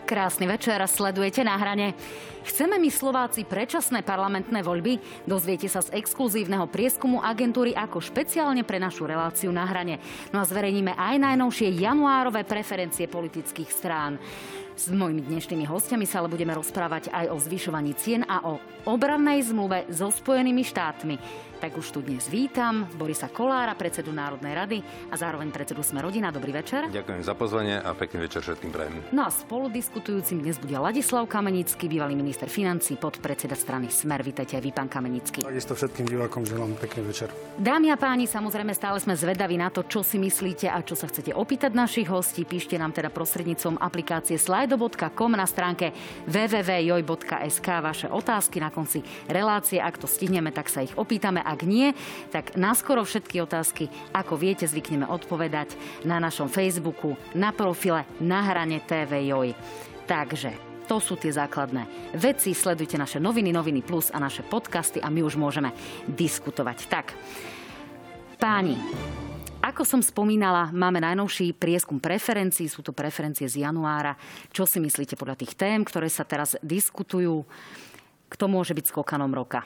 Krásny večer, sledujete Na hrane. Chceme my Slováci predčasné parlamentné voľby? Dozviete sa z exkluzívneho prieskumu agentúry Ako špeciálne pre našu reláciu Na hrane. No a zverejníme aj najnovšie januárové preferencie politických strán. S mojimi dnešnými hostiami sa ale budeme rozprávať aj o zvyšovaní cien a o obrannej zmluve so Spojenými štátmi. Tak už tu dnes vítam Borisa Kollára, predsedu Národnej rady a zároveň predsedu Sme rodina. Dobrý večer. Ďakujem za pozvanie a pekný večer všetkým prajem. No a spoludiskutujúcim dnes bude Ladislav Kamenický, bývalý minister financií, podpredseda strany Smer. Vítajte aj vy, pán Kamenický. Takisto všetkým divákom želám pekný večer. Dámy a páni, samozrejme stále sme zvedaví na to, čo si myslíte a čo sa chcete opýtať našich hostí. Píšte nám teda prostredníctvom aplikácie slido.com na stránke www.joj.sk vaše otázky na konci relácie. Ak to stihneme, tak sa ich opýtame. Ak nie, tak naskoro všetky otázky, ako viete, zvykneme odpovedať na našom Facebooku, na profile Na hrane TV Joj. Takže to sú tie základné veci. Sledujte naše noviny, Noviny Plus a naše podcasty a my už môžeme diskutovať. Tak, páni, ako som spomínala, máme najnovší prieskum preferencií. Sú to preferencie z januára. Čo si myslíte podľa tých tém, ktoré sa teraz diskutujú? Kto môže byť skokanom roka?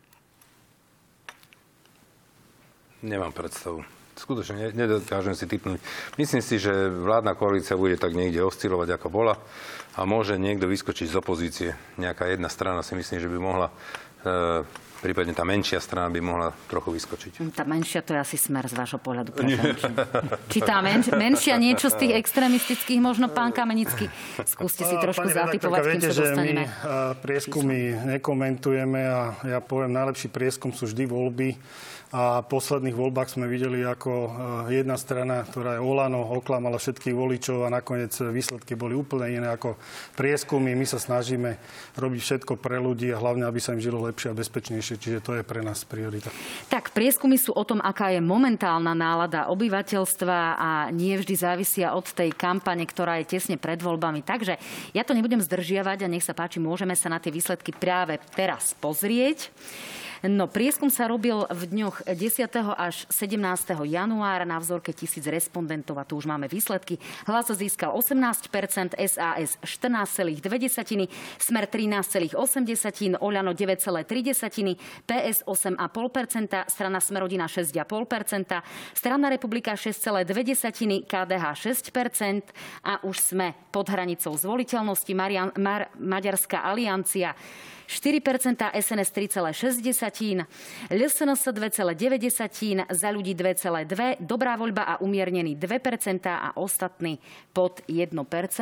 Nemám predstavu. Skutočne nedokážem si tipnúť. Myslím si, že vládna koalícia bude tak niekde oscilovať, ako bola a môže niekto vyskočiť z opozície. Nejaká jedna strana si myslím, že by mohla, prípadne tá menšia strana by mohla trochu vyskočiť. Tá menšia, to je asi Smer z vášho pohľadu. Či tá menšia niečo z tých extrémistických, možno pán Kamenický? Skúste si trošku zatipovať, kým sa dostaneme. My prieskumy nekomentujeme a ja poviem, najlepší prieskum sú vždy voľby. A v posledných voľbách sme videli, ako jedna strana, ktorá je Olano, oklamala všetkých voličov a nakoniec výsledky boli úplne iné ako prieskumy. My sa snažíme robiť všetko pre ľudí a hlavne, aby sa im žilo lepšie a bezpečnejšie. Čiže to je pre nás priorita. Tak, prieskumy sú o tom, aká je momentálna nálada obyvateľstva a nie vždy závisia od tej kampane, ktorá je tesne pred voľbami. Takže ja to nebudem zdržiavať a nech sa páči, môžeme sa na tie výsledky práve teraz pozrieť. No, prieskum sa robil v dňoch 10. až 17. januára na vzorke 1000 respondentov a tu už máme výsledky. Hlas získal 18%, SAS 14,2%, Smer 13,8%, Oľano 9,3%, PS 8,5%, strana Sme rodina 6,5%, strana Republika 6,2%, KDH 6% a už sme pod hranicou zvoliteľnosti. Maďarská aliancia 4%, SNS 3,6%, LSNS 2,9%, Za ľudí 2,2%, Dobrá voľba a umiernený 2% a ostatní pod 1%.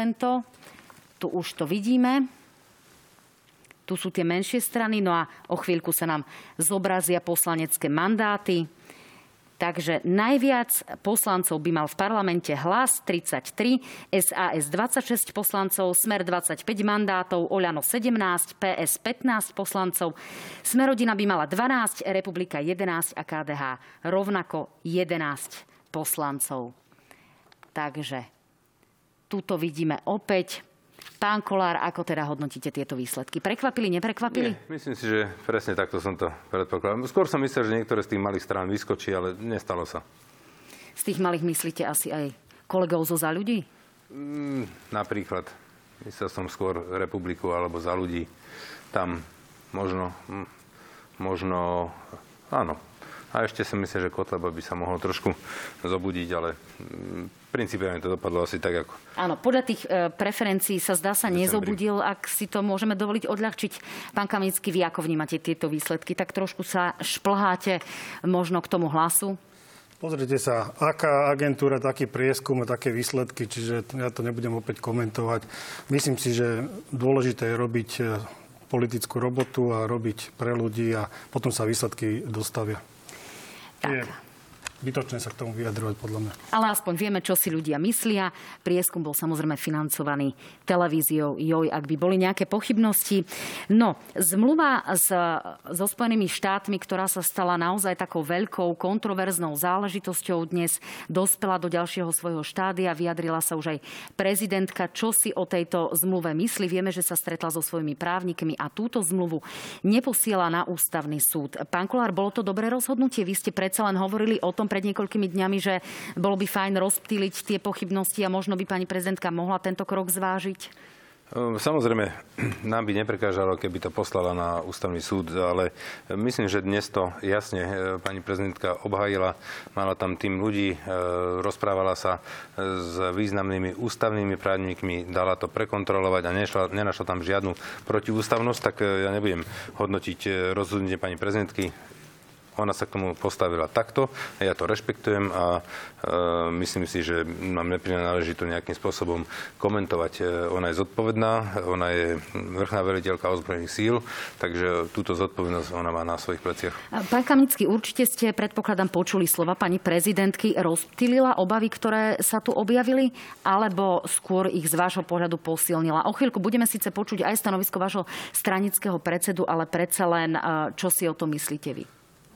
Tu už to vidíme. Tu sú tie menšie strany, no a o chvíľku sa nám zobrazia poslanecké mandáty. Takže najviac poslancov by mal v parlamente Hlas 33, SAS 26 poslancov, Smer 25 mandátov, Oľano 17, PS 15 poslancov, Sme rodina by mala 12, Republika 11 a KDH rovnako 11 poslancov. Takže tuto vidíme opäť. Pán Kollár, ako teda hodnotíte tieto výsledky? Prekvapili, neprekvapili? Nie, myslím si, že presne takto som to predpokladal. Skôr som myslel, že niektoré z tých malých strán vyskočí, ale nestalo sa. Z tých malých myslíte asi aj kolegov zo Za ľudí? Napríklad. Myslel som skôr Republiku alebo Za ľudí. Tam možno áno. A ešte som myslel, že Kotleba by sa mohol trošku zobudiť, ale principiálne to dopadlo asi tak, ako... Áno, podľa tých preferencií sa zdá sa nezobudil, ak si to môžeme dovoliť odľahčiť. Pán Kamenický, vy ako vnímate tieto výsledky? Tak trošku sa šplháte možno k tomu Hlasu? Pozrite sa, aká agentúra, taký prieskum a také výsledky, čiže ja to nebudem opäť komentovať. Myslím si, že dôležité je robiť politickú robotu a robiť pre ľudí a potom sa výsledky dostavia. Je bytočné sa k tomu vyjadrovať, podľa mňa. Ale aspoň vieme, čo si ľudia myslia. Prieskum bol samozrejme financovaný televíziou Joj, ak by boli nejaké pochybnosti. No, zmluva so Spojenými štátmi, ktorá sa stala naozaj takou veľkou kontroverznou záležitosťou, dnes dospela do ďalšieho svojho štádia. Vyjadrila sa už aj prezidentka, čo si o tejto zmluve myslí. Vieme, že sa stretla so svojimi právnikmi a túto zmluvu neposiela na ústavný súd. Pán Kollár, bolo to dobré rozhodnutie? Vy ste predsa len hovorili o tom pred niekoľkými dňami, že bolo by fajn rozptýliť tie pochybnosti a možno by pani prezidentka mohla tento krok zvážiť? Samozrejme, nám by neprekážalo, keby to poslala na ústavný súd, ale myslím, že dnes to jasne pani prezidentka obhájila. Mala tam tým ľudí, rozprávala sa s významnými ústavnými právnikmi, dala to prekontrolovať a nenašla tam žiadnu protiústavnosť, tak ja nebudem hodnotiť rozhodnutie pani prezidentky. Ona sa k tomu postavila takto, ja to rešpektujem a myslím si, že nám neprináleží to nejakým spôsobom komentovať. Ona je zodpovedná, ona je vrchná veliteľka ozbrojených síl, takže túto zodpovednosť ona má na svojich pleciach. Pán Kamnický, určite ste, predpokladám, počuli slova pani prezidentky. Rozptýlila obavy, ktoré sa tu objavili, alebo skôr ich z vášho pohľadu posilnila? O chvíľku budeme síce počuť aj stanovisko vášho stranického predsedu, ale predsa len, čo si o tom myslíte vy?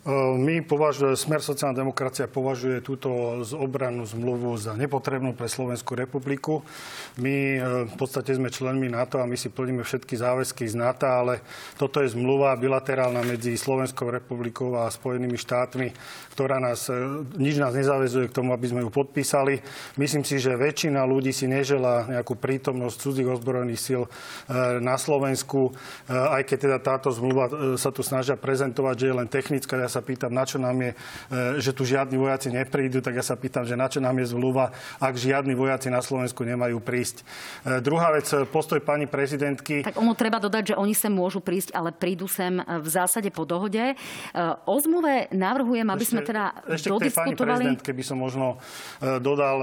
Smer sociálna demokracia považuje túto obrannú zmluvu za nepotrebnú pre Slovenskú republiku. My v podstate sme členmi NATO a my si plníme všetky záväzky z NATO, ale toto je zmluva bilaterálna medzi Slovenskou republikou a Spojenými štátmi, ktorá nič nás nezaväzuje k tomu, aby sme ju podpísali. Myslím si, že väčšina ľudí si neželá nejakú prítomnosť cudzích ozbrojených síl na Slovensku, aj keď teda táto zmluva sa tu snažia prezentovať, že je len technická. Ja sa pýtam, na čo nám je, že tu žiadni vojaci neprídu, tak ja sa pýtam, že na čo nám je zmluva, ak žiadni vojaci na Slovensku nemajú prísť. Druhá vec, postoj pani prezidentky. Tak ono treba dodať, že oni sem môžu prísť, ale prídu sem v zásade po dohode. O zmluve navrhujem, aby sme teda dodiskutovali. Ešte k pani prezidentke by som možno dodal.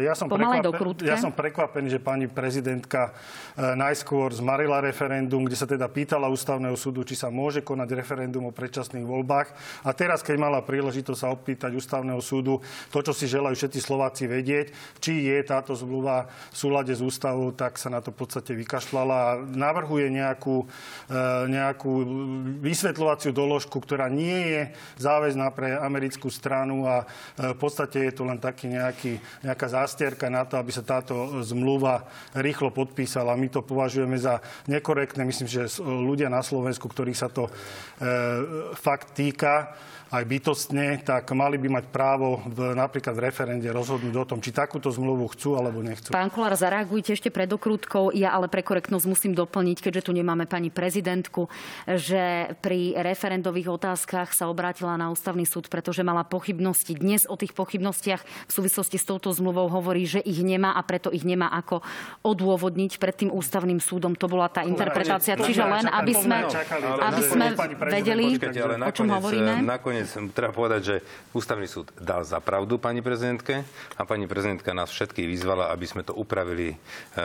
Ja som prekvapený, že pani prezidentka najskôr zmarila referendum, kde sa teda pýtala ústavného súdu, či sa môže konať referendum o predčasných voľbách. A teraz, keď mala príležitosť sa opýtať ústavného súdu to, čo si želajú všetci Slováci vedieť, či je táto zmluva v súlade s ústavou, tak sa na to v podstate vykašľala a navrhuje nejakú vysvetľovaciu doložku, ktorá nie je záväzná pre americkú stranu a v podstate je to len taký nejaká zástierka na to, aby sa táto zmluva rýchlo podpísala. My to považujeme za nekorektné. Myslím, že ľudia na Slovensku, ktorých sa to fakt týka, aj bytostne, tak mali by mať právo napríklad v referende rozhodnúť o tom, či takúto zmluvu chcú alebo nechcú. Pán Kollár, zareagujte ešte pred okrútkou. Ja ale pre korektnosť musím doplniť, keďže tu nemáme pani prezidentku, že pri referendových otázkach sa obrátila na ústavný súd, pretože mala pochybnosti. Dnes o tých pochybnostiach v súvislosti s touto zmluvou hovorí, že ich nemá a preto ich nemá ako odôvodniť pred tým ústavným súdom. To bola tá interpretácia. Čiže len, aby sme vedeli, o čom hovoríme. Nakoniec treba povedať, že ústavný súd dal za pravdu pani prezidentke a pani prezidentka nás všetkých vyzvala, aby sme to upravili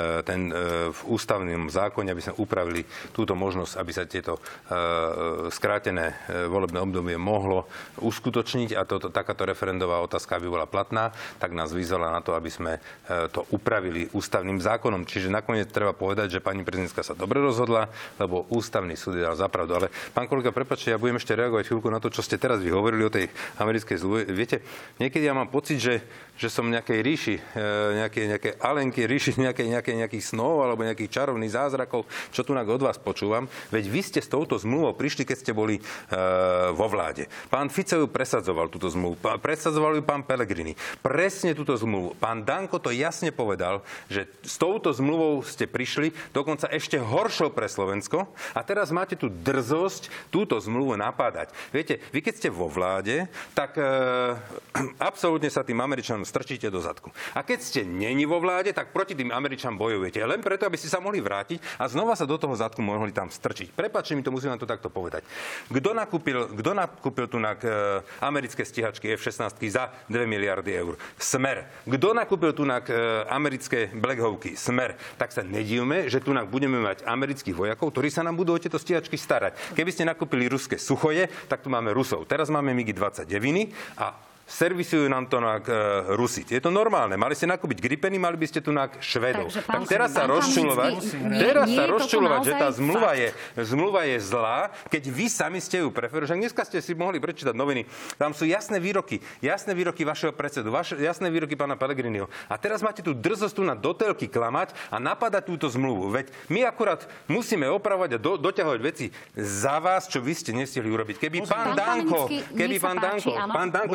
v ústavnom zákone, aby sme upravili túto možnosť, aby sa tieto skrátené volebné obdobie mohlo uskutočniť a takáto referendová otázka by bola platná, tak nás vyzvala na to, aby sme to upravili ústavným zákonom. Čiže nakoniec treba povedať, že pani prezidentka sa dobre rozhodla, lebo ústavný súd dal za pravdu. Ale pán kolega, prepáčte, ja budem ešte reagovať chvíľku na to, čo ste teraz hovorili o tej americkej zmluve. Viete, niekedy ja mám pocit, že som v nejakej ríši, nejaké Alenky ríši, nejakých snov alebo nejakých čarovných zázrakov, čo tu od vás počúvam. Veď vy ste s touto zmluvou prišli, keď ste boli vo vláde. Pán Fico ju presadzoval túto zmluvu. Presadzoval ju pán Pellegrini. Presne túto zmluvu. Pán Danko to jasne povedal, že s touto zmluvou ste prišli, dokonca ešte horšou pre Slovensko a teraz máte tu drzosť túto zmluvu napádať. Viete, vy keď ste vo vláde, tak absolútne sa tým Američanom strčíte do zadku. A keď ste neni vo vláde, tak proti tým Američanom bojujete. Len preto, aby ste sa mohli vrátiť a znova sa do toho zadku mohli tam strčiť. Prepáčte mi to, musím vám to takto povedať. Kto nakúpil tu americké stíhačky F-16 za 2 miliardy eur? Smer. Kto nakúpil tu americké Black Hawky? Smer. Tak sa nedívme, že tu budeme mať amerických vojakov, ktorí sa nám budú o tieto stíhačky starať. Keby ste nakúpili ruské Suchoje, tak tu máme Rusov. Teraz máme MiG-29 a servisujú nám to Rusi. Je to normálne. Mali ste nakúpiť Gripeny, mali by ste tu Švedov. Tak teraz sa rozčulovať, že tá zmluva je zlá, keď vy sami ste ju preferovali. Dneska ste si mohli prečítať noviny. Tam sú jasné výroky vašeho predsedu, jasné výroky pána Pellegriniho. A teraz máte tu drzosť tu do telky klamať a napadať túto zmluvu. Veď my akurát musíme opravovať a doťahovať veci za vás, čo vy ste nestihli urobiť. Keby pán Danko, ešte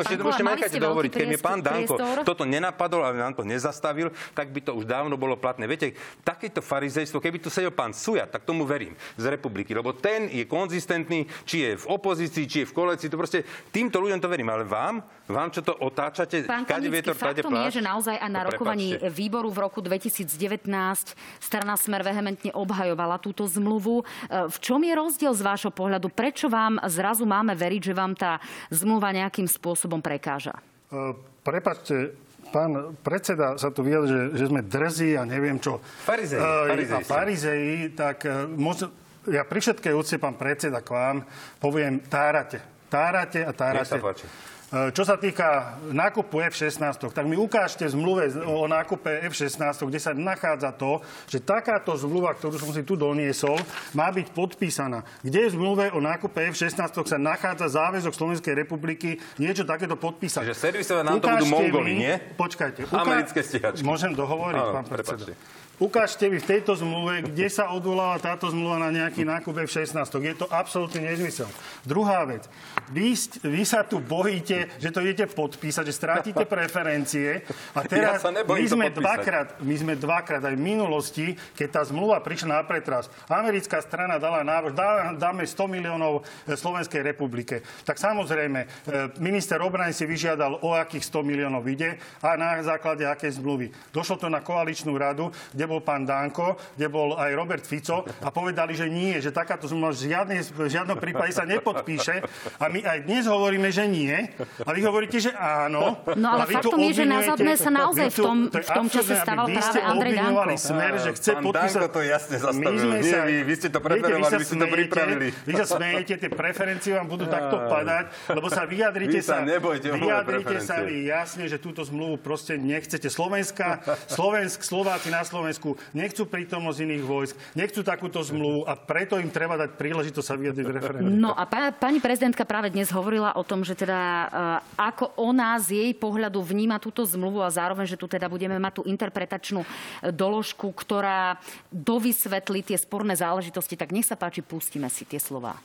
nechajte dohovoriť. Keď mi pán Danko toto nenapadol a nám to nezastavil, tak by to už dávno bolo platné. Viete, takéto farizejstvo, keby tu sedel pán Suja, tak tomu verím z Republiky, lebo ten je konzistentný, či je v opozícii, či je v koalícii, to proste týmto ľuďom to verím, ale vám čo to otáčate, kade vietor, kade faktom je, že naozaj aj na rokovaní výboru v roku 2019 strana Smer vehementne obhajovala túto zmluvu. V čom je rozdiel z vášho pohľadu? Prečo vám zrazu máme veriť, že vám tá zmluva nejakým spôsobom prekáža? Prepáčte, pán predseda sa tu vyjadril, že sme drzí a neviem čo. Farizeji, tak ja pri všetkej úcte, pán predseda, k vám poviem tárate. Tárate. Čo sa týka nákupu F-16, tak mi ukážte v zmluve o nákupe F-16, kde sa nachádza to, že takáto zmluva, ktorú som si tu doniesol, má byť podpísaná. Kde v zmluve o nákupe F-16 sa nachádza záväzok Slovenskej republiky niečo takéto podpísať? Že servisovať nám to budú Mongoli, nie? Počkajte. Americké stíhačky. Môžem dohovoriť, pán predseda? Ukážte mi v tejto zmluve, kde sa odvoláva táto zmluva na nejaký nákup F-16. Je to absolútny nezmysel. Druhá vec. Vy sa tu bojíte, že to idete podpísať, že strátite preferencie. A teraz my sme dvakrát aj v minulosti, keď tá zmluva prišla na pretras, americká strana dala návrh, dáme 100 miliónov Slovenskej republike. Tak samozrejme, minister obrany si vyžiadal, o akých 100 miliónov ide a na základe akej zmluvy. Došlo to na koaličnú radu, kde bol pán Danko, kde bol aj Robert Fico a povedali, že nie, že takáto zmluva v žiadnom prípade sa nepodpíše. A my aj dnes hovoríme, že nie. A vy hovoríte, že áno. No ale faktom je, že na Zápne sa naozaj v tom čase stával práve Andrej Danko. Smer, že chce pán podpísať. Danko to jasne zastavil. Vy ste to preferovali, vy ste to pripravili. Vy sa smejete, tie preferencie vám budú takto padať, lebo sa vyjadrite sa vy jasne, že túto zmluvu proste nechcete. Slováci na Slovensku nechcú prítomnosť iných vojsk, nechcú takúto zmluvu a preto im treba dať príležitosť sa vyjadriť v referende. No a pani prezidentka práve dnes hovorila o tom, že teda ako ona z jej pohľadu vníma túto zmluvu a zároveň, že tu teda budeme mať tú interpretačnú doložku, ktorá dovysvetlí tie sporné záležitosti. Tak nech sa páči, pustíme si tie slová.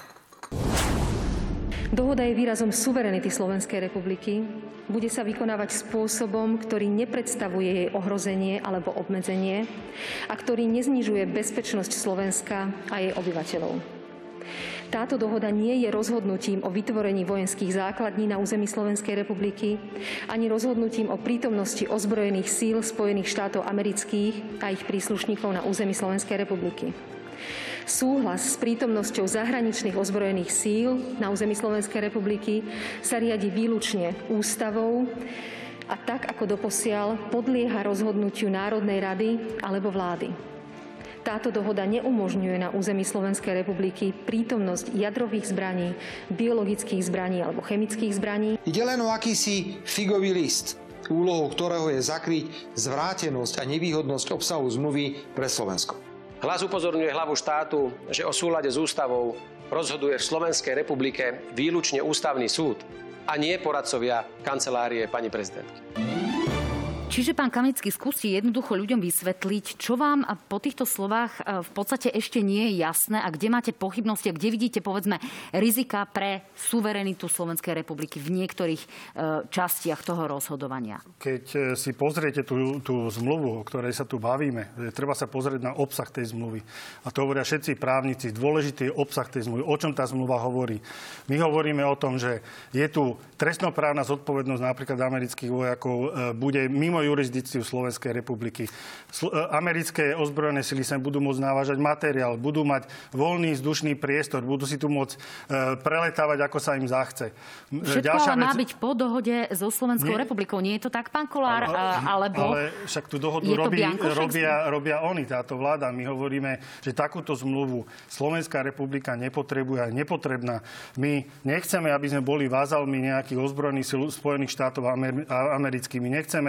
Dohoda je výrazom suverenity Slovenskej republiky. Bude sa vykonávať spôsobom, ktorý nepredstavuje jej ohrozenie alebo obmedzenie a ktorý neznižuje bezpečnosť Slovenska a jej obyvateľov. Táto dohoda nie je rozhodnutím o vytvorení vojenských základní na území Slovenskej republiky ani rozhodnutím o prítomnosti ozbrojených síl Spojených štátov amerických a ich príslušníkov na území Slovenskej republiky. Súhlas s prítomnosťou zahraničných ozbrojených síl na území Slovenskej republiky sa riadi výlučne ústavou a tak, ako doposiaľ, podlieha rozhodnutiu Národnej rady alebo vlády. Táto dohoda neumožňuje na území Slovenskej republiky prítomnosť jadrových zbraní, biologických zbraní alebo chemických zbraní. Ide len o akýsi figový list, úlohou ktorého je zakryť zvrátenosť a nevýhodnosť obsahu zmluvy pre Slovensko. Hlas upozorňuje hlavu štátu, že o súlade s ústavou rozhoduje v Slovenskej republike výlučne ústavný súd a nie poradcovia kancelárie pani prezidentky. Čiže, pán Kamický, skúste jednoducho ľuďom vysvetliť, čo vám po týchto slovách v podstate ešte nie je jasné a kde máte pochybnosti a kde vidíte, povedzme, rizika pre suverenitu Slovenskej republiky v niektorých častiach toho rozhodovania. Keď si pozriete tú zmluvu, o ktorej sa tu bavíme, treba sa pozrieť na obsah tej zmluvy. A to hovoria všetci právnici. Dôležitý je obsah tej zmluvy. O čom tá zmluva hovorí? My hovoríme o tom, že je tu trestnoprávna zodpovednosť napríklad amerických vojakov, bude mimo jurisdikciu Slovenskej republiky. Americké ozbrojené sily sa budú môcť navážať materiál, budú mať voľný vzdušný priestor, budú si tu môcť preletávať, ako sa im zachce. Všetko ale má byť po dohode so Slovenskou republikou. Nie je to tak, pán Kollár? Ale však tú dohodu robia oni, táto vláda. My hovoríme, že takúto zmluvu Slovenská republika nepotrebuje a nepotrebná. My nechceme, aby sme boli vazalmi nejakých ozbrojených síl Spojených štátov amerických. My nechceme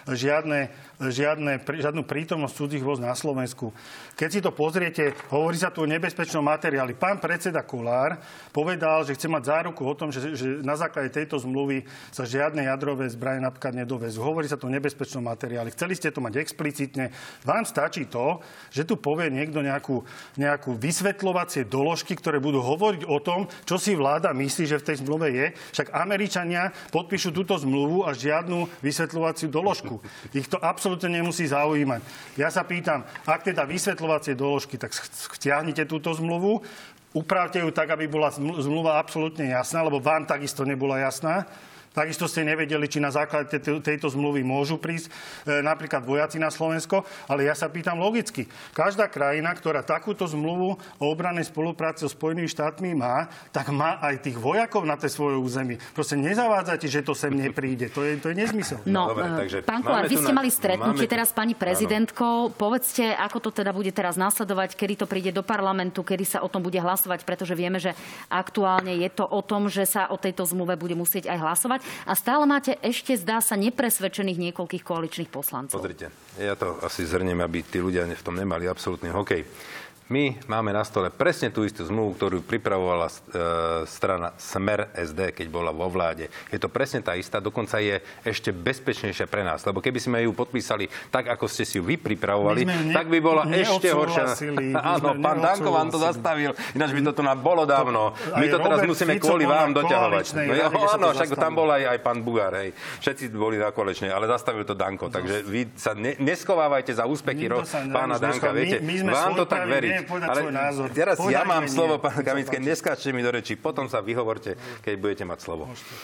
žiadnu prítomnosť cudzích vôz na Slovensku. Keď si to pozriete, hovorí sa tu o nebezpečnom materiáli. Pán predseda Kollár povedal, že chce mať záruku o tom, že na základe tejto zmluvy sa žiadne jadrové zbrane napríklad nedovezú. Hovorí sa tu o nebezpečnom materiáli. Chceli ste to mať explicitne. Vám stačí to, že tu povie niekto nejakú vysvetľovacie doložky, ktoré budú hovoriť o tom, čo si vláda myslí, že v tej zmluve je. Však Američania podpíšu túto zmluvu a žiadnu vysvetľovaciu doložku. Ich to absolútne nemusí zaujímať. Ja sa pýtam, ak teda vysvetľovacie doložky, tak stiahnite túto zmluvu, upravte ju tak, aby bola zmluva absolútne jasná, lebo vám takisto nebola jasná. Takisto ste nevedeli, či na základe tejto zmluvy môžu prísť napríklad vojaci na Slovensko, ale ja sa pýtam logicky. Každá krajina, ktorá takúto zmluvu o obrannej spolupráci so Spojenými štátmi má, tak má aj tých vojakov na tej svojej území. Proste nezavádzajte, že to sem nepríde. To je nezmysel. No, dobre, takže pán Kollár, vy ste mali stretnutie teraz s pani prezidentkou. Povedzte, ako to teda bude teraz nasledovať, kedy to príde do parlamentu, kedy sa o tom bude hlasovať, pretože vieme, že aktuálne je to o tom, že sa o tejto zmluve bude musieť aj hlasovať. A stále máte ešte, zdá sa, nepresvedčených niekoľkých koaličných poslancov. Pozrite, ja to asi zhrniem, aby tí ľudia v tom nemali absolútny hokej. My máme na stole presne tú istú zmluvu, ktorú pripravovala strana Smer SD, keď bola vo vláde. Je to presne tá istá, dokonca je ešte bezpečnejšia pre nás. Lebo keby sme ju podpísali tak, ako ste si ju vy pripravovali, tak by bola ešte horšia. Áno, pán Danko vám to zastavil, ináč by to tu nám bolo dávno. My to teraz musíme kvôli vám doťahovať. No, áno, však tam bol aj pán Bugár, hej. Všetci boli na koaličnej, ale zastavil to Danko. Takže vy sa neschovávajte za úspechy pána Danka. Viete, vám to tak verí. Ale teraz ja mám slovo, pán Kaminský, neskáčte mi do rečí, potom sa vyhovorte, keď budete mať slovo.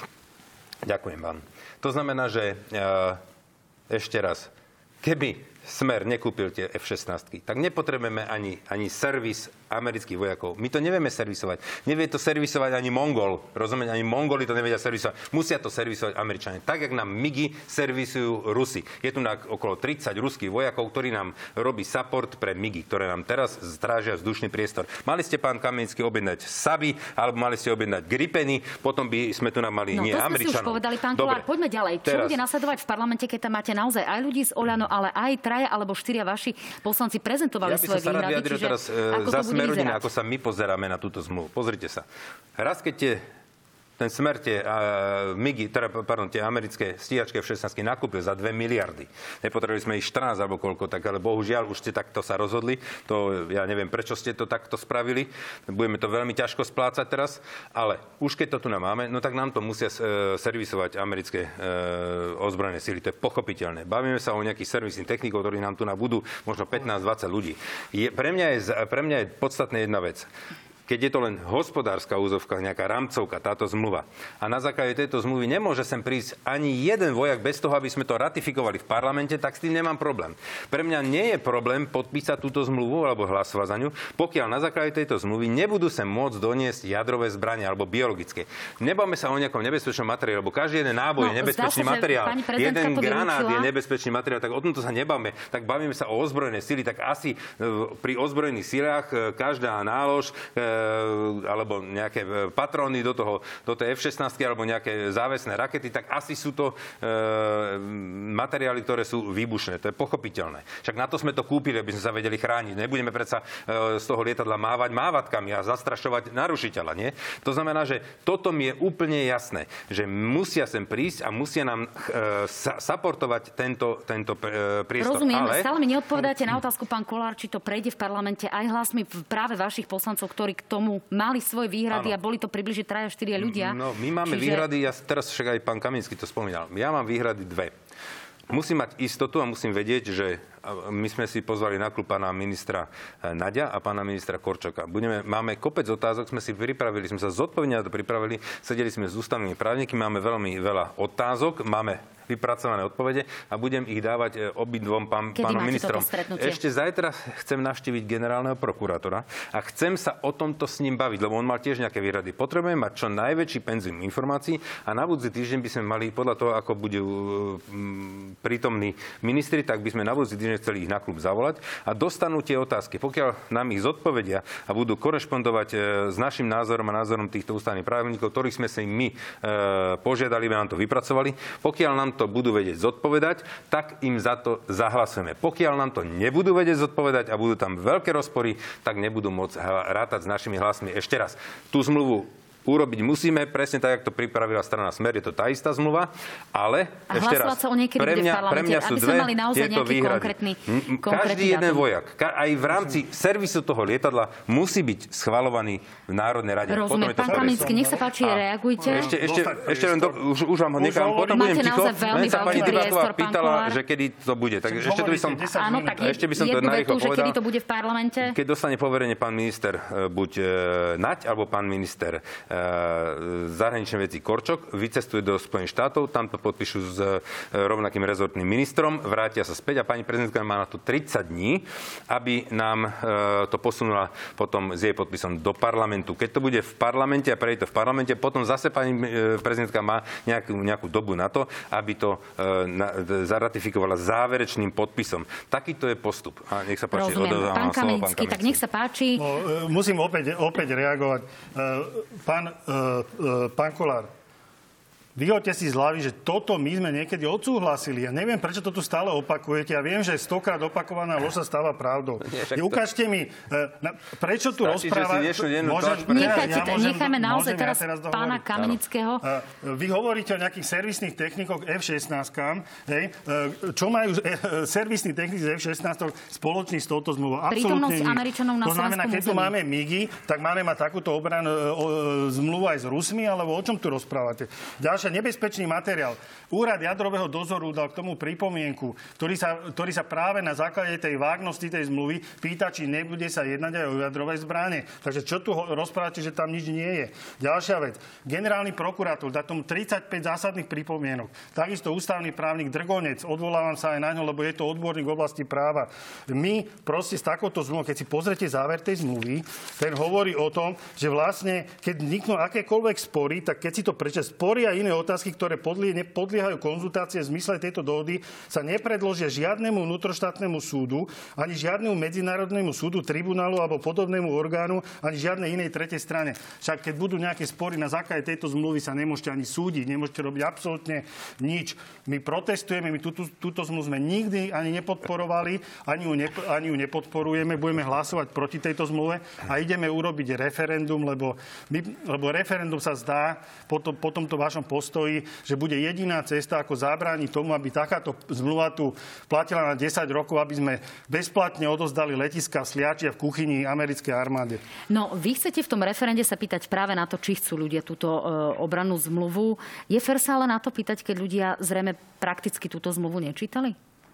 Ďakujem vám. To znamená, že ešte raz, keby Smer nekúpil tie F-16, tak nepotrebujeme ani servis amerických vojakov. My to nevieme servisovať. Nevie to servisovať ani Mongol. Rozumieť, ani Mongoli to nevedia servisovať. Musia to servisovať Američania. Tak, jak nám MIGI servisujú Rusi. Je tu okolo 30 ruských vojakov, ktorí nám robí support pre MIGI, ktoré nám teraz strážia vzdušný priestor. Mali ste, pán Kamienský, objednať Saby, alebo mali ste objednať Gripeny, potom by sme tu nám mali nie Američanov. No to sme si už povedali, pán Kollár. Poďme ďalej. Čo bude nasledovať v parlamente, keď tam máte naozaj aj ľudí z Oľano, ale aj traja alebo štyria vaši poslanci prezentovali svoje výhrady. Ja by som sa rád vyjadril teraz za Smer-rodina, ako sa my pozeráme na túto zmluvu. Pozrite sa. Raz, keď ten Smer tie tie americké stíhačky F-16 nakúpil za 2 miliardy. Nepotrebovali sme ich 14 alebo koľko, tak ale bohužiaľ už ste takto sa rozhodli. To ja neviem, prečo ste to takto spravili. Budeme to veľmi ťažko splácať teraz, ale už keď to tu máme, no tak nám to musia servisovať americké ozbrojené sily. To je pochopiteľné. Bavíme sa o nejakých servisných technikov, ktorí nám tu budú možno 15-20 ľudí. Pre mňa je podstatná jedna vec. Keď je to len hospodárska úzovka, nejaká rámcovka, táto zmluva. A na základe tejto zmluvy nemôže sem prísť ani jeden vojak bez toho, aby sme to ratifikovali v parlamente, tak s tým nemám problém. Pre mňa nie je problém podpísať túto zmluvu alebo hlasovať za ňu, pokiaľ na základe tejto zmluvy nebudú sem môcť doniesť jadrové zbrane alebo biologické. Nebáme sa o nejakom nebezpečnom materiáli, lebo každý jeden náboj je nebezpečný materiál. Jeden granát je nebezpečný materiál, tak o tomto sa nebáme. Tak bavíme sa o ozbrojené sily, tak asi pri ozbrojených silách každá nálož alebo nejaké patróny do tej F-16 alebo nejaké závesné rakety, tak asi sú to materiály, ktoré sú výbušné. To je pochopiteľné. Však na to sme to kúpili, aby sme sa vedeli chrániť. Nebudeme predsa z toho lietadla mávať mávatkami a zastrašovať narušiteľa, nie? To znamená, že toto mi je úplne jasné, že musia sem prísť a musia nám supportovať tento priestor. Rozumiem, ale stále mi neodpovedáte na otázku, pán Kollár, či to prejde v parlamente aj hlasmi práve vašich poslancov, ktorí k tomu mali svoje výhrady a boli to približne 3-4 ľudia. No, my máme výhrady, teraz však aj pán Kamienský to spomínal. Ja mám výhrady dve. Musím mať istotu a musím vedieť, že my sme si pozvali na klub pána ministra Naďa a pána ministra Korčoka. Máme kopec otázok, sme si pripravili, sme sa zodpovedne na to pripravili, sedeli sme s ústavnými právnikmi, máme veľmi veľa otázok, máme vypracované odpovede a budem ich dávať obidvom pánom ministrom. Ešte zajtra chcem navštíviť generálneho prokurátora a chcem sa o tomto s ním baviť, lebo on mal tiež nejaké výhrady. Potrebujeme mať čo najväčší penzum informácií a na budúci týždeň by sme mali, podľa toho, ako budú prítomní ministri, tak by sme na budúci týždeň chceli ich na klub zavolať a dostanú tie otázky. Pokiaľ nám ich zodpovedia a budú korešpondovať s našim názorom a názorom týchto ústavných právnikov, ktorých sme si my požiadali, aby nám to vypracovali, pokiaľ nám nám to budú vedieť zodpovedať, tak im za to zahlasujeme. Pokiaľ nám to nebudú vedieť zodpovedať a budú tam veľké rozpory, tak nebudú môcť rátať s našimi hlasmi. Ešte raz, tú zmluvu urobiť musíme, presne tak, ako to pripravila strana Smer, je to tá istá zmluva, ale a ešte raz, sa o niekedy bude v parlamente, pre mňa sú dve tieto výhrady. Každý jeden vojak, aj v rámci servisu toho lietadla musí byť schvaľovaný v Národnej rade. Rozumiem. Pán Kaminsky, nech sa páči, reagujte. Ešte len už vám ho nechám, potom budem ticho. Len sa pani Diváková pýtala, že kedy to bude. Takže ešte by som to narýchlo povedal. Kedy to bude v parlamente? Keď dostane poverenie pán minister buď Naď, alebo pán minister zahraničnej veci Korčok, vycestuje do Spojených štátov, tam to podpíšu s rovnakým rezortným ministrom, vrátia sa späť a pani prezidentka má na to 30 dní, aby nám to posunula potom s jej podpisom do parlamentu. Keď to bude v parlamente a prejde to v parlamente, potom zase pani prezidentka má nejakú dobu na to, aby to zaratifikovala záverečným podpisom. Takýto je postup. A nech sa páči, odovzdávam slovo pán Kaminsky. Tak nech sa páči. No, musím opäť reagovať. Pán Kollár, vyhoďte si z hlavy, že toto my sme niekedy odsúhlasili. Ja neviem, prečo to tu stále opakujete. Ja viem, že 100-krát opakovaná lož sa stáva pravdou. Ukážte mi, prečo tu rozprávať... Nechajme naozaj teraz pána Kamenického. Vy hovoríte o nejakých servisných technikoch F-16. Čo majú servisní techniky z F-16 spoločný s touto zmluvou? Prítomnosť Američanov na slovenskom území. To znamená, keď tu máme MIGy, tak máme mať takúto zmluvu aj s Rusmi, alebo o čom tu rozprávate? Nebezpečný materiál. Úrad jadrového dozoru dal k tomu pripomienku, ktorý sa práve na základe tej vágnosti tej zmluvy pýta, či nebude sa jednať aj o jadrové zbrane. Takže čo tu rozprávate, že tam nič nie je? Ďalšia vec. Generálny prokurátor dá tomu 35 zásadných pripomienok. Takisto ústavný právnik Drgonec, odvolávam sa aj na ňo, lebo je to odborník v oblasti práva. My proste s takouto zmluvou, keď si pozrete záver tej zmluvy, ten hovorí o tom, že vlastne, keď vzniknú akékoľvek spory, tak keď si to prečo spory a iné otázky, ktoré podliehajú konzultácie v zmysle tejto dohody, sa nepredložia žiadnemu vnútroštátnemu súdu, ani žiadnemu medzinárodnému súdu, tribunálu alebo podobnému orgánu, ani žiadnej inej tretej strane. Však keď budú nejaké spory na základe tejto zmluvy, sa nemôžete ani súdiť, nemôžete robiť absolútne nič. My protestujeme, my túto zmluvu sme nikdy ani nepodporovali, ani ju nepodporujeme, budeme hlasovať proti tejto zmluve a ideme urobiť referendum, lebo referendum sa zdá po tomto vašom postoji, že bude jediná cesta, ako zabrániť tomu, aby takáto zmluva tu platila na 10 rokov, aby sme bezplatne odozdali letiská v Sliači a v kuchyni americkej armáde. No, vy chcete v tom referende sa pýtať práve na to, či chcú ľudia túto obrannú zmluvu. Je fér sa ale na to pýtať, keď ľudia zrejme prakticky túto zmluvu nečítali?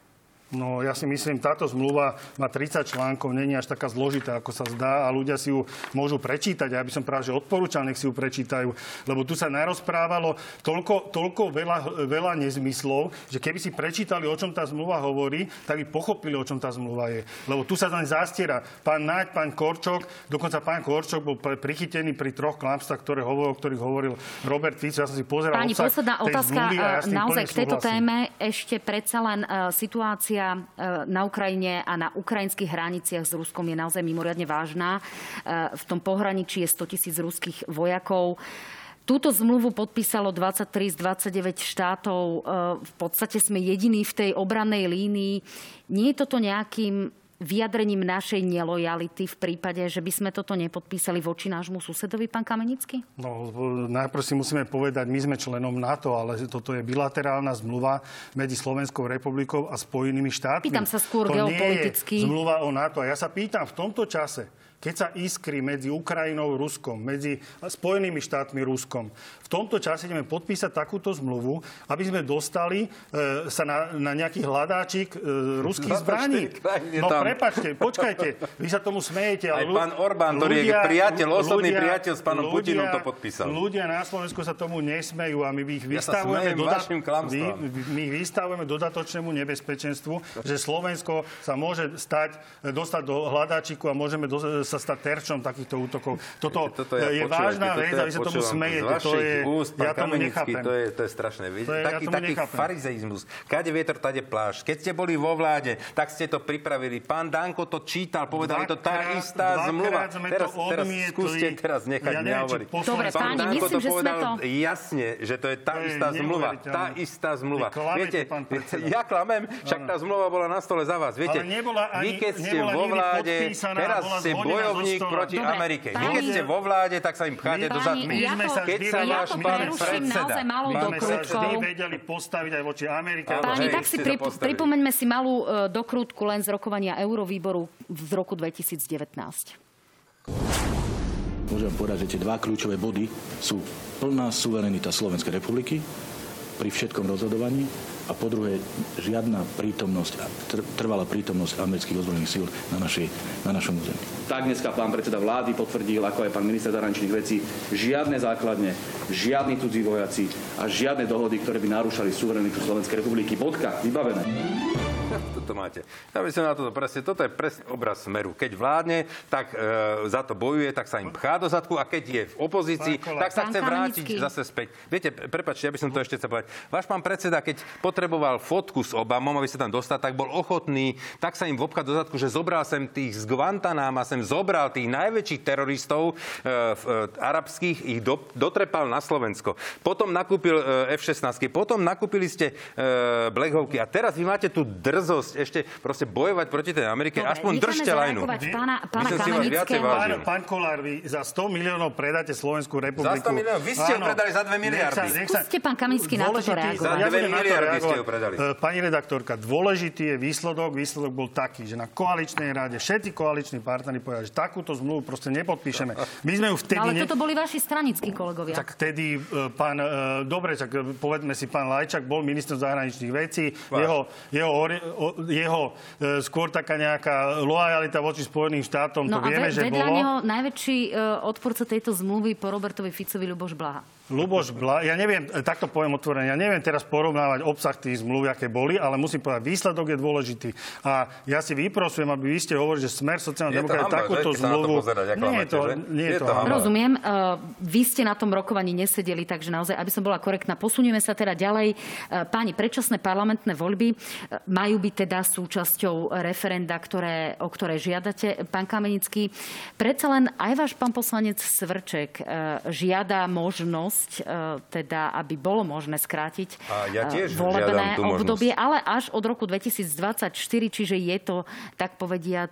No, ja si myslím, táto zmluva má 30 článkov, nie je až taká zložitá, ako sa zdá, a ľudia si ju môžu prečítať. Ja by som práve že odporúčal, nech si ju prečítajú, lebo tu sa narozprávalo toľko veľa nezmyslov, že keby si prečítali, o čom tá zmluva hovorí, tak by pochopili, o čom tá zmluva je. Lebo tu sa len zastiera pán Naď, pán Korčok, dokonca pán Korčok bol prichytený pri 3 klamstvách, o ktorých hovoril Robert Fico. Ja som si pozeral Pani, posledná otázka naozaj k tejto téme. Ešte predsa len situácia na Ukrajine a na ukrajinských hraniciach s Ruskom je naozaj mimoriadne vážna. V tom pohraničí je 100 000 ruských vojakov. Túto zmluvu podpísalo 23 z 29 štátov. V podstate sme jediní v tej obrannej línii. Nie je toto nejakým vyjadrením našej nelojality v prípade, že by sme toto nepodpísali voči nášmu susedovi, pán Kamenický? No, najprv si musíme povedať, my sme členom NATO, ale toto je bilaterálna zmluva medzi Slovenskou republikou a Spojenými štátmi. Pýtam sa skôr to geopoliticky. Nie je zmluva o NATO. A ja sa pýtam, v tomto čase, keď sa iskry medzi Ukrajinou a Ruskom, medzi Spojenými štátmi a Ruskom, v tomto čase ideme podpísať takúto zmluvu, aby sme dostali sa na nejaký hľadáčik ruských zbraní. No prepáčte, počkajte, vy sa tomu smejete. Aj pán Orbán, ktorý je priateľ, osobný priateľ s pánom Putinom, to podpísal. Ľudia na Slovensku sa tomu nesmejú a my ich vystavujeme dodatočnému nebezpečenstvu, že Slovensko sa môže dostať do hľadáčiku a môžeme sa stať terčom takýchto útokov. Toto je vážna vec a vy sa tomu smejete. Ja tomu nechápem. To je strašné. Taký farizeizmus. Kade vietor, tade plášť. Keď ste boli vo vláde, tak ste to pripravili. Pán Danko to čítal, povedal, je to tá istá zmluva. Teraz skúste nechať mňa hovoriť. Dobre, páni, myslím, že sme to... Jasne, že to je tá istá zmluva. Tá istá zmluva. Viete, ja klamem, však tá zmluva bola na stole za vás. Viete, vy keď ste vo vláde, teraz ste bojovník proti Amerike. Vy keď ste vo vláde, tak sa im pcháte do zadmi. Keď sa váš pán predseda... Máme sa vždy vedeli postaviť aj voči Amerike. Páni, tak si pripomeňme si malú dokrútku len z rokovania Eurovýboru z roku 2019. Môžem povedať, že tie dva kľúčové body sú plná suverenita Slovenskej republiky pri všetkom rozhodovaní a po druhé žiadna prítomnosť, trvalá prítomnosť amerických ozbrojených síl na našom území. Tak dneska pán predseda vlády potvrdil, ako aj pán minister zahraničných vecí, žiadne základne, žiadni cudzí vojaci a žiadne dohody, ktoré by narúšali suverenitu Slovenskej republiky. Bodka, vybavené. Toto máte. Ja myslím na toto presne. Toto je presne obraz Smeru. Keď vládne, tak za to bojuje, tak sa im pchá do zadku a keď je v opozícii, tak sa chce vrátiť zase späť. Viete, prepáčte, ja by som to ešte chcel povedať. Váš pán predseda, keď potreboval fotku s Obamom, aby sa tam dostal, tak bol ochotný, tak sa im vopchať do zadku, že zobral sem tých z Guantanama, sem zobral tých najväčších teroristov arabských, ich dotrepal na Slovensko. Potom nakúpil F-16, potom nakúpili ste Black Hawky a teraz vy máte tu drzosť ešte proste bojovať proti tej Amerike. Dobre, aspoň držte lajnu. Pána Kamenického. Pán Kollár, vy za 100 miliónov predáte Slovenskú republiku. Za 100 miliónov? Vy ste ju predali za 2 miliardy. Skúste, pán Kamenický, na toto reagovať. Za 2 miliardy ste ju predali. Pani redaktorka, dôležitý je výsledok. Výsledok bol taký, že na koaličnej rade všetci koaliční partneri povedali, že takúto zmluvu proste nepodpíšeme. My sme ju vtedy... Ale toto boli vaši stranickí kolegovia. Tak vtedy pán... Dobre, tak povedme si, pán Lajčák bol ministrom zahraničných vecí. Jeho skôr taká nejaká loajalita voči Spojeným štátom, to vieme, že bolo. No a vedľa neho najväčší odporca tejto zmluvy po Robertovi Ficovi Ľuboš Blaha. Ľuboš Blaha, ja neviem, takto poviem otvorene, ja neviem teraz porovnávať obsah tých zmluv, aké boli, ale musím povedať, výsledok je dôležitý. A ja si vyprosujem, aby vy ste hovorili, že Smer sociálna demokracia takúto zmluvu... Nie je to hamba. Rozumiem, vy ste na tom rokovaní nesedeli, takže naozaj, aby som bola korektná, posunieme sa teda ďalej. Páni, predčasné parlamentné voľby majú byť teda súčasťou referenda, o ktoré žiadate, pán Kamenický. Predsa len aj váš pán poslanec Svrček žiada možnosť, teda, aby bolo možné skrátiť volebné obdobie, ale až od roku 2024, čiže je to, tak povediac,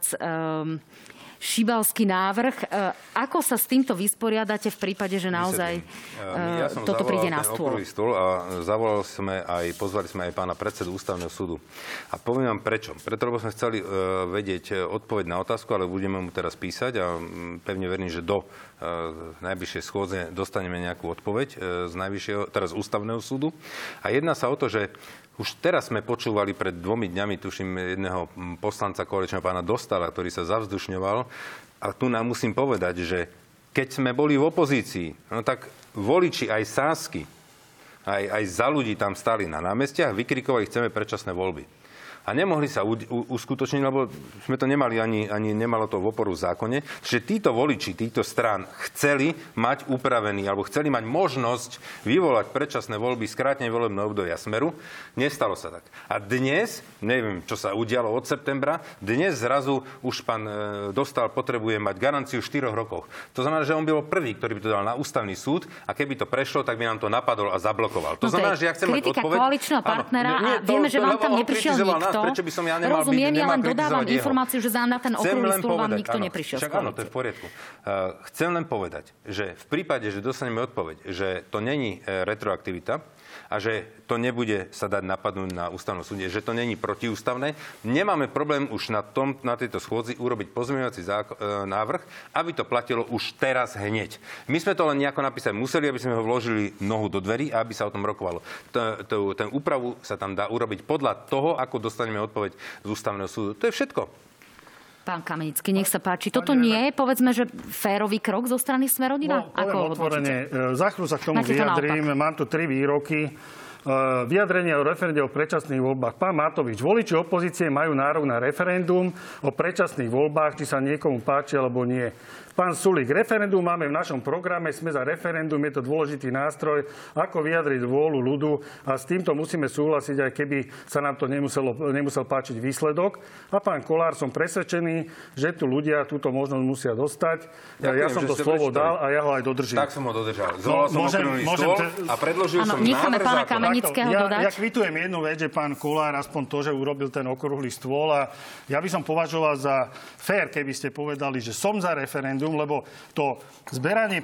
šibalský návrh. Ako sa s týmto vysporiadate v prípade, že naozaj toto príde na stôl? Stôl a pozvali sme aj pána predsedu Ústavného súdu. A poviem vám prečo. Preto, lebo sme chceli vedieť odpoveď na otázku, ale budeme mu teraz písať a pevne verím, že do najbližšej schôdze dostaneme nejakú odpoveď z teraz Ústavného súdu. A jedná sa o to, že už teraz sme počúvali pred 2 dňami, tuším, jedného poslanca koaličného pána Dostala, ktorý sa zavzdušňoval. A tu nám musím povedať, že keď sme boli v opozícii, no tak voliči aj Sásky, aj za ľudí tam stali na námestiach, vykrikovali, chceme predčasné voľby. A nemohli sa uskutočniť, lebo sme to nemali ani nemalo to v oporu v zákone. Čiže títo voliči, týchto strán chceli mať upravený, alebo chceli mať možnosť vyvolať predčasné voľby, skrátenie volebného obdobia Smeru. Nestalo sa tak. A dnes, neviem, čo sa udialo od septembra, dnes zrazu už pán Dostal potrebuje mať garanciu 4 rokov. To znamená, že on bol prvý, ktorý by to dal na Ústavný súd a keby to prešlo, tak by nám to napadol a zablokoval. To znamená, že ja chcem mať odpoveď. Kritika koaličného partnera a vieme, že vám tam neprišiel nikto. Prečo by som ja nemal Rozumiem, ja len dodávam informáciu, že na ten okrúhly stôl vám nikto neprišiel. Však áno, to je v poriadku. Chcem len povedať, že v prípade, že dostaneme odpoveď, že to není retroaktivita a že to nebude sa dať napadnúť na Ústavnom súde, že to není protiústavné, nemáme problém už na tejto schôdzi urobiť pozmeňovací návrh, aby to platilo už teraz hneď. My sme to len nejako napísať museli, aby sme ho vložili nohu do dverí a aby sa o tom rokovalo. Ten úpravu sa tam dá urobiť podľa toho, ako dostaneme odpoveď z Ústavného súdu. To je všetko. Pán Kamenický, nech sa páči. Toto nie je, povedzme, že férový krok zo strany Smer-rodina? Poviem otvorene, za chvíľu sa k tomu vyjadrím. Mám tu 3 výroky. vyjadrenia o referende o predčasných voľbách. Pán Matovič, voliči opozície majú nárok na referendum o predčasných voľbách, či sa niekomu páči alebo nie. Pán Sulík, referendum máme v našom programe, sme za referendum, je to dôležitý nástroj, ako vyjadriť vôľu ľudu a s týmto musíme súhlasiť, aj keby sa nám to nemusel páčiť výsledok. A pán Kollár, som presvedčený, že tu ľudia túto možnosť musia dostať. Ja som to slovo dal a ja ho aj dodržím. Tak som ho dodržal. Zvolal som okrúhly stôl a predložil som návrh zákona. Ja kvitujem jednu vec, že pán Kollár aspoň to, že urobil ten okrúhly stôl a ja by som považoval za fér, keby ste povedali, že som za referendum, lebo to zberanie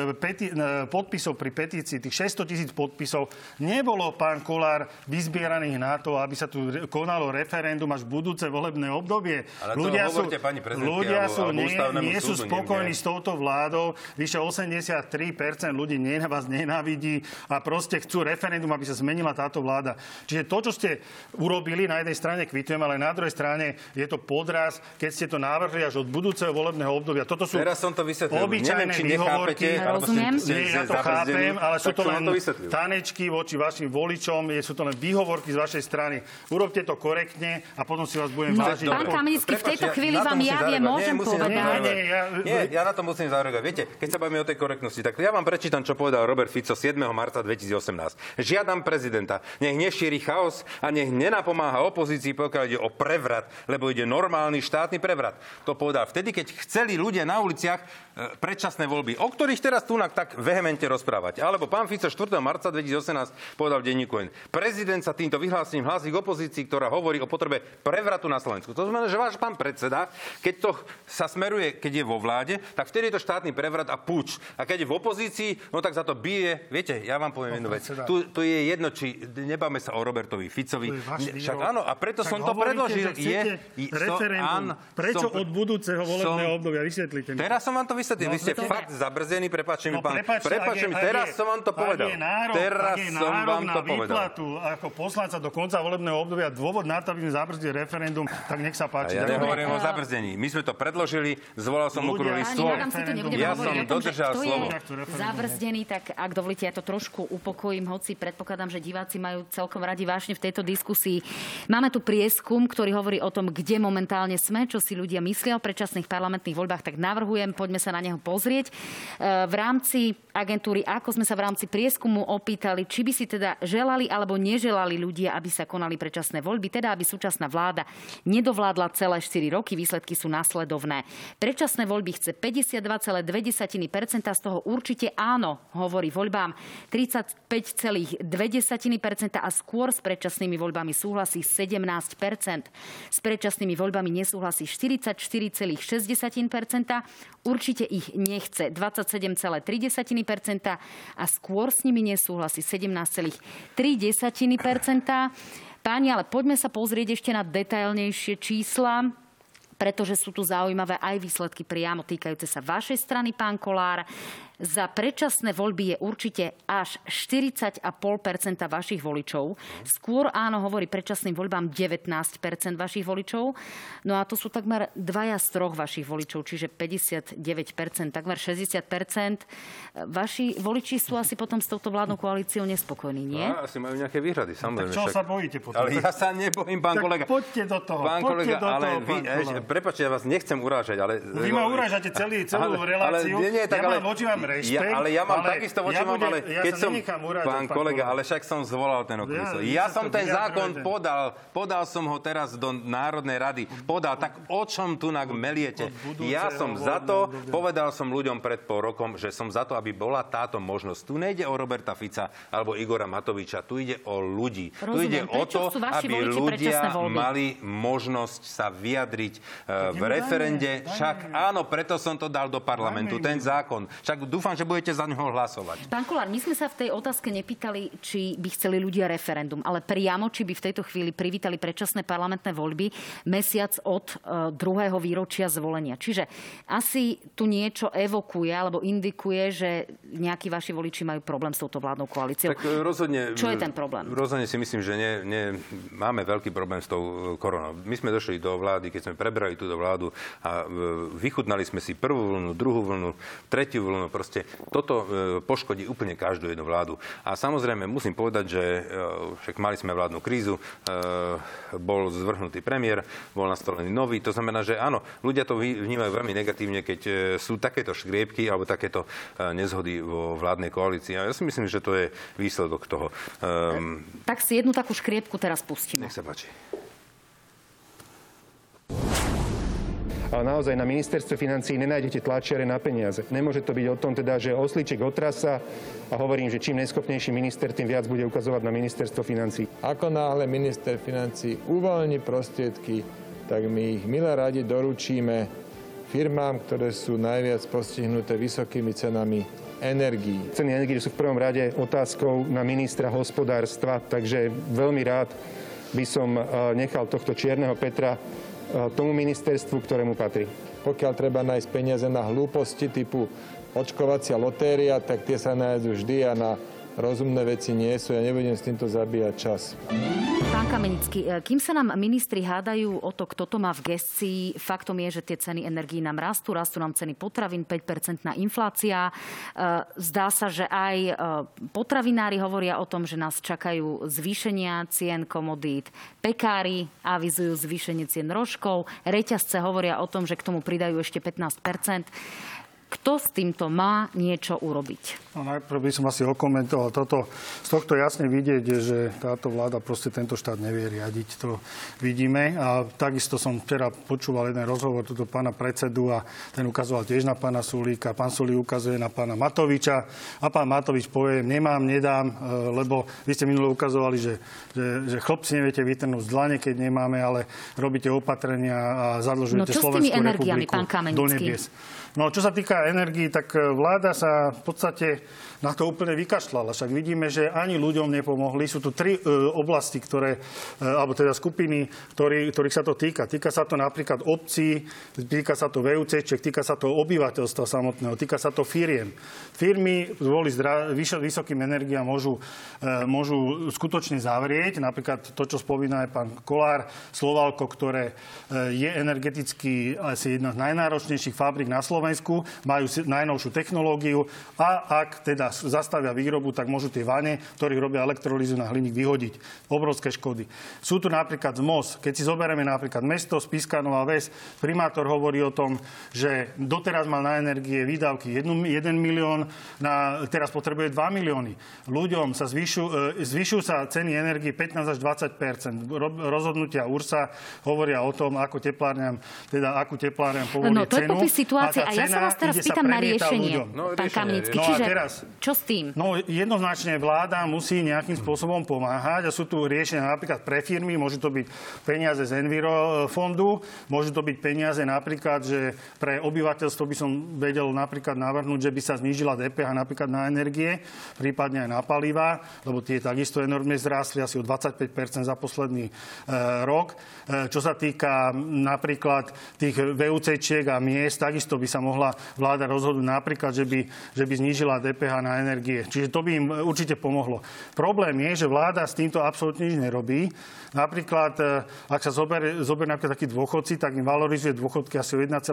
podpisov pri petícii, tých 600 000 podpisov, nebolo, pán Kollár, vyzbieraných na to, aby sa tu konalo referendum až v budúce volebné obdobie. Ale ľudia nie sú spokojní s touto vládou. Vyše 83% ľudí vás nenávidí a proste chcú referendum, aby sa zmenila táto vláda. Čiže to, čo ste urobili, na jednej strane kvitujem, ale na druhej strane je to podraz, keď ste to navrhli až od budúceho volebného obdobia. Toto sú teraz som to vysvetlil. Obyčajné výhovorky. Ja to chápem, ale sú to len tanečky voči vašim voličom, sú to len výhovorky z vašej strany. Urobte to korektne a potom si vás budem vážiť. Pán Kamenický, v tejto chvíli vám môžem povedať. Nie, ja na to musím zareagovať. Viete, keď sa bavíme o tej korektnosti, tak ja vám prečítam, čo povedal Robert Fico 7. marca 2018. Žiadam prezidenta, nech nešíri chaos a nech nenapomáha opozícii, pokiaľ ide o prevrat, lebo ide normálny štátny prevrat. To povedal vtedy, keď chceli ľudia na uliciach predčasné voľby, o ktorých teraz tu tak vehemente rozprávať. Alebo pán Fico 4. marca 2018 povedal v denníku N. Prezident sa týmto vyhlásením hlási k opozícii, ktorá hovorí o potrebe prevratu na Slovensku. To znamená, že váš pán predseda, keď to sa smeruje, keď je vo vláde, tak vtedy je to štátny prevrat a puč. A keď je v opozícii, no tak za to bije. Viete, ja vám poviem jednu vec. Tu je jedno, či nebáme sa o Robertovi Ficovi. Však áno, a preto som to predložil. Referendum. Prečo od budúceho volebného obdobia? Vysvetlite mi. Teraz som vám to vysvetlil. Vy ste fakt zabrzdení, prepáčte mi, pán. Prepáčte mi, teraz som vám to povedal. Teraz som vám to povedal. Výplatu ako poslanca do konca volebného obdobia dôvod na to, aby sme zabrzdili referendum, tak nech sa páči. Ja nehovorím o zabrzdení. My sme to predložili, zvolal som okrúhly stôl. Ja som dodržal slovo. Zabrzdený, tak ak dovolíte, ja to trošku upokojím, hoci predpokladám, že diváci majú celkom radi vášne v tejto diskusii. Máme tu prieskum, ktorý hovorí o tom, kde momentálne sme, čo si ľudia myslia o predčasných parlamentných voľbách, tak navrhujem, poďme sa na neho pozrieť. V rámci agentúry, ako sme sa v rámci prieskumu opýtali, či by si teda želali alebo neželali ľudia, aby sa konali predčasné voľby, teda aby súčasná vláda nedovládla celé 4 roky. Výsledky sú nasledovné. Predčasné voľby chce 52,2%, z toho určite áno, hovorí voľbám 35,2% a skôr s predčasnými voľbami súhlasí 17%. S predčasnými voľbami nesúhlasí 44,6%, určite ich nechce 27,3% a skôr s nimi nesúhlasí 17,3%. Páni, ale poďme sa pozrieť ešte na detailnejšie čísla, pretože sú tu zaujímavé aj výsledky priamo týkajúce sa vašej strany, pán Kollár. Za predčasné voľby je určite až 40,5% vašich voličov. Skôr áno, hovorí predčasným voľbám 19% vašich voličov. No a to sú takmer 2 z 3 vašich voličov, čiže 59%, takmer 60%. Vaši voliči sú asi potom s touto vládnou koalíciou nespokojní, nie? No, asi majú nejaké výhrady, samozrejme. Tak čo sa bojíte potom? Ale ja sa nebojím, pán kolega. Poďte do toho. Pán kolega, ale vy, prepáčte, ja vás nechcem urážať, ale... Vy ma urážate celú reláciu. Ja mám voči vám rešpekt, ja mám takisto voči vám, ale keď som... Pán kolega, ale však som zvolal ten okrúhly. Ja som ten zákon podal som ho teraz do Národnej rady. Tak o čom tu meliete? Ja som za to, povedal som ľuďom pred pol rokom, že som za to, aby bola táto možnosť. Tu nejde o Roberta Fica alebo Igora Matoviča, tu ide o ľudí. Tu ide o to, aby ľudia mali možnosť sa vyjadriť v referende. Však áno, preto som to dal do parlamentu, ten zákon. Však dúfam, že budete za ňoho hlasovať. Pán Kollár, my sme sa v tej otázke nepýtali, či by chceli ľudia referendum, ale priamo, či by v tejto chvíli privítali predčasné parlamentné voľby mesiac od 2. výročia zvolenia. Čiže asi tu niečo evokuje alebo indikuje, že nejakí vaši voliči majú problém s touto vládnou koalíciou. Tak rozhodne... Čo je ten problém? Rozhodne si myslím, že máme veľký problém s tou koronou. My sme došli do vlády, keď sme prebrali túto vládu a vychutnali sme si prvú vlnu, druhú vlnu, tretiu vlnu. proste toto poškodí úplne každú jednu vládu. A samozrejme musím povedať, že však mali sme vládnu krízu, bol zvrhnutý premiér, bol nastolený nový. To znamená, že áno, ľudia to vnímajú veľmi negatívne, keď sú takéto škriepky alebo takéto nezhody vo vládnej koalícii. A ja si myslím, že to je výsledok toho. Tak si jednu takú škriepku teraz pustíme. Nech sa páči. Ale naozaj na ministerstve financií nenájdete tlačiare na peniaze. Nemôže to byť o tom teda, že oslíček otrasa a hovorím, že čím neschopnejší minister, tým viac bude ukazovať na ministerstvo financií. Ako náhle minister financií uvoľní prostriedky, tak my ich milé radi doručíme firmám, ktoré sú najviac postihnuté vysokými cenami energií. Ceny energií sú v prvom rade otázkou na ministra hospodárstva, takže veľmi rád by som nechal tohto čierneho Petra tomu ministerstvu, ktorému patrí. Pokiaľ treba nájsť peniaze na hlúposti typu očkovacia lotéria, tak tie sa nájdu vždy a na rozumné veci nie sú. Ja nebudem s týmto zabíjať čas. Pán Kamenický, kým sa nám ministri hádajú o to, kto to má v gestii, faktom je, že tie ceny energií nám rastú nám ceny potravín, 5% inflácia. Zdá sa, že aj potravinári hovoria o tom, že nás čakajú zvýšenia cien komodít. Pekári avizujú zvýšenie cien rožkov. Reťazce hovoria o tom, že k tomu pridajú ešte 15%. Kto s týmto má niečo urobiť? No, najprv by som asi okomentoval toto. Z tohto jasne vidieť, že táto vláda proste tento štát nevie riadiť. To vidíme. A takisto som včera počúval jeden rozhovor tuto pána predsedu a ten ukazoval tiež na pána Sulíka. Pán Sulík ukazuje na pána Matoviča a pán Matovič povie, nemám, nedám, lebo vy ste minule ukazovali, že chlopci neviete vytrhnúť z dlane, keď nemáme, ale robíte opatrenia a zadlžujete Slovenskú republiku do nebies. No, čo sa týka energií, tak vláda sa v podstate na to úplne vykašľala. Však vidíme, že ani ľuďom nepomohli. Sú tu 3 oblasti, alebo teda skupiny, ktorých sa to týka. Týka sa to napríklad obcí, týka sa to VUCček, týka sa to obyvateľstva samotného, týka sa to firiem. Firmy kvôli vysokým energiám môžu skutočne zavrieť. Napríklad to, čo spomína aj pán Kollár, Slovalko, ktoré je energeticky asi jedna z najnáročnejších fabrík na Slovensku, majú najnovšiu technológiu a ak teda zastavia výrobu, tak môžu tie vane, ktorí robia elektrolízu na hliník, vyhodiť. Obrovské škody. Sú tu napríklad ZMOS. Keď si zoberieme napríklad mesto Spišská Nová Ves, primátor hovorí o tom, že doteraz mal na energie výdavky 1 milión, teraz potrebuje 2 milióny. Ľuďom sa zvyšujú sa ceny energii 15 až 20%. Rozhodnutia URSA hovoria o tom, akú teplárňam povolie cenu. A ja sa vás teraz pýtam na riešenie, pán Kamenický. Čiže čo s tým? No jednoznačne vláda musí nejakým spôsobom pomáhať a sú tu riešenia napríklad pre firmy, môžu to byť peniaze z Envirofondu, môžu to byť peniaze napríklad, že pre obyvateľstvo by som vedel napríklad navrhnúť, že by sa znížila DPH napríklad na energie, prípadne aj na paliva, lebo tie takisto enormne zrástli asi o 25% za posledný rok. Čo sa týka napríklad tých VUCčiek a miest, takisto by sa mohla vláda rozhodnúť napríklad, že by znížila DPH na energie. Čiže to by im určite pomohlo. Problém je, že vláda s týmto absolútne nič nerobí. Napríklad, ak sa zoberie napríklad takí dôchodci, tak im valorizuje dôchodky asi o 1,3%.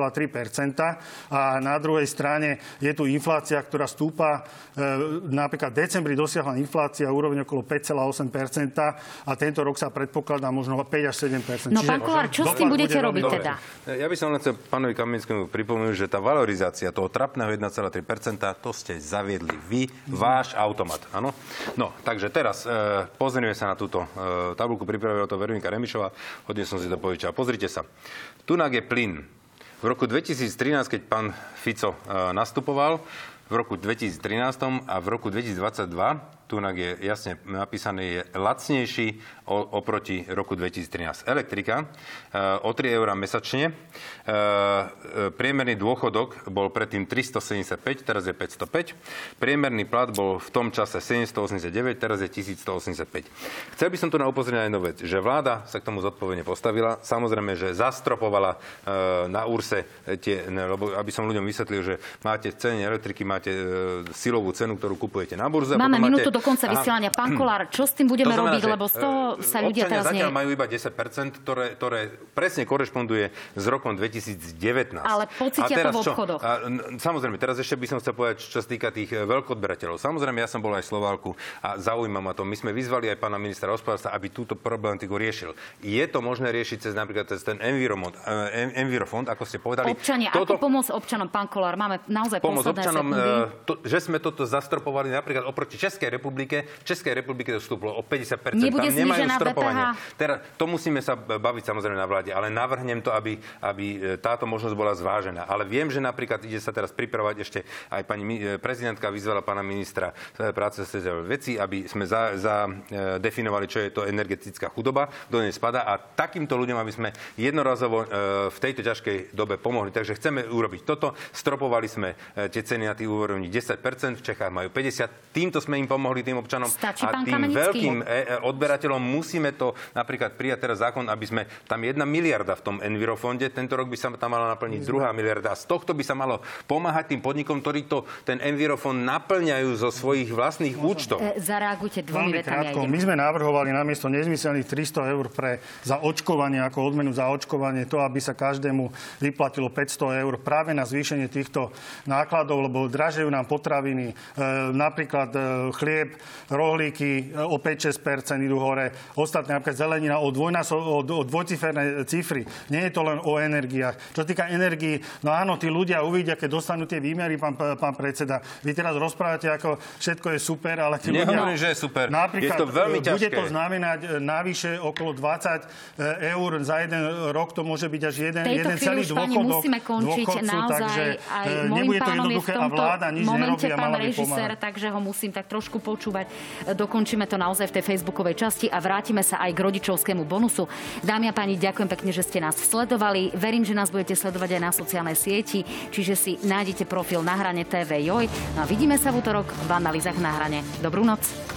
A na druhej strane je tu inflácia, ktorá stúpa. Napríklad v decembri dosiahla inflácia úroveň okolo 5,8% a tento rok sa predpokladá možno 5 až 7%. No pán Kollár, čo s tým budete robiť teda? Ja by som len chcel pánovi Kamenskému pripomenúť, že tá valorizácia toho trapného 1,3%, to ste zaviedli vy, váš automat. Áno? No, takže teraz pozrieme sa na túto tabuľku, pripravila to Veronika Remišová, hodne som si to požičal. Pozrite sa. Tunak je plyn. V roku 2013, keď pán Fico nastupoval, v roku 2013 a v roku 2022, tunak je jasne napísané, je lacnejší oproti roku 2013. Elektrika o 3 € mesačne. Priemerný dôchodok bol predtým 375, teraz je 505. Priemerný plat bol v tom čase 789, teraz je 1185. Chcel by som tu upozorniť na jednu vec, že vláda sa k tomu zodpovedne postavila. Samozrejme, že zastropovala na URSE lebo aby som ľuďom vysvetlil, že máte ceny elektriky, máte silovú cenu, ktorú kupujete na burze. Máme minútu do do konca vysielania. Pán Kollár, čo s tým budeme robiť, lebo z toho sa ľudia teraz zatiaľ majú iba 10%, ktoré presne korešponduje s rokom 2019. Ale pocítia to v obchodoch. Samozrejme, teraz ešte by som chcel povedať, čo sa týka tých veľkoodberateľov. Samozrejme, ja som bol aj v Slovalku a zaujíma ma to. My sme vyzvali aj pána ministra hospodárstva, aby túto problematiku riešil. Je to možné riešiť napríklad cez ten Envirofond, ako ste povedali. Občania, ako pomôcť občanom, pán Kollár? Máme naozaj posledné sekundy. Že sme toto zastropovali napríklad oproti Českej republike. Českej republike to vstúplo o 50%. Nebude tam nemajú znížená stropovanie. DPH? Teraz, to musíme sa baviť samozrejme na vláde, ale navrhnem to, aby táto možnosť bola zvážená. Ale viem, že napríklad ide sa teraz pripravovať ešte aj pani prezidentka vyzvala pána ministra práce a sociálnych vecí, aby sme zadefinovali, čo je to energetická chudoba, do nej spadá a takýmto ľuďom, aby sme jednorazovo v tejto ťažkej dobe pomohli. Takže chceme urobiť toto. Stropovali sme tie ceny na tých úrovni 10%, v Čechách majú 50%. Týmto sme im pomohli, tým občanom. Stačí, a tým veľkým odberateľom musíme to napríklad prijať teraz zákon, aby sme tam 1 miliarda v tom Envirofonde, tento rok by sa tam mala naplniť 2 miliarda. Z tohto by sa malo pomáhať tým podnikom, ktorí ten Envirofond naplňajú zo svojich vlastných účtov. Zareagujte dvomi vetami. My sme navrhovali namiesto nezmyselných 300 eur za očkovanie, ako odmenu za očkovanie, to, aby sa každému vyplatilo 500 eur práve na zvýšenie týchto nákladov, lebo dražejú nám potraviny, napríklad chlieb, rohlíky o 5-6% idú hore, ostatné napríklad zelenina o dvojciferné cifry. Nie je to len o energiách. Čo sa týka energií, no áno, tí ľudia uvidia, keď dostanú tie výmery, pán predseda. Vy teraz rozprávate, ako všetko je super, ale tí ľudia... Nehovorím, že je super. Napríklad, je to veľmi ťažké. Bude to znamenať navyše okolo 20 eur za jeden rok, to môže byť až jeden celý dôchodok. Musíme končiť naozaj. Takže aj nebude to jednoduché a vláda nič nerobí a mala by pomáhať. Takže ho musím tak trošku počúvať. Dokončíme to naozaj v tej facebookovej časti a vrátime sa aj k rodičovskému bonusu. Dámy a páni, ďakujem pekne, že ste nás sledovali. Verím, že nás budete sledovať aj na sociálnej sieti, čiže si nájdete profil Na hrane TV Joj. No a vidíme sa v utorok v Analýzach Na hrane. Dobrú noc.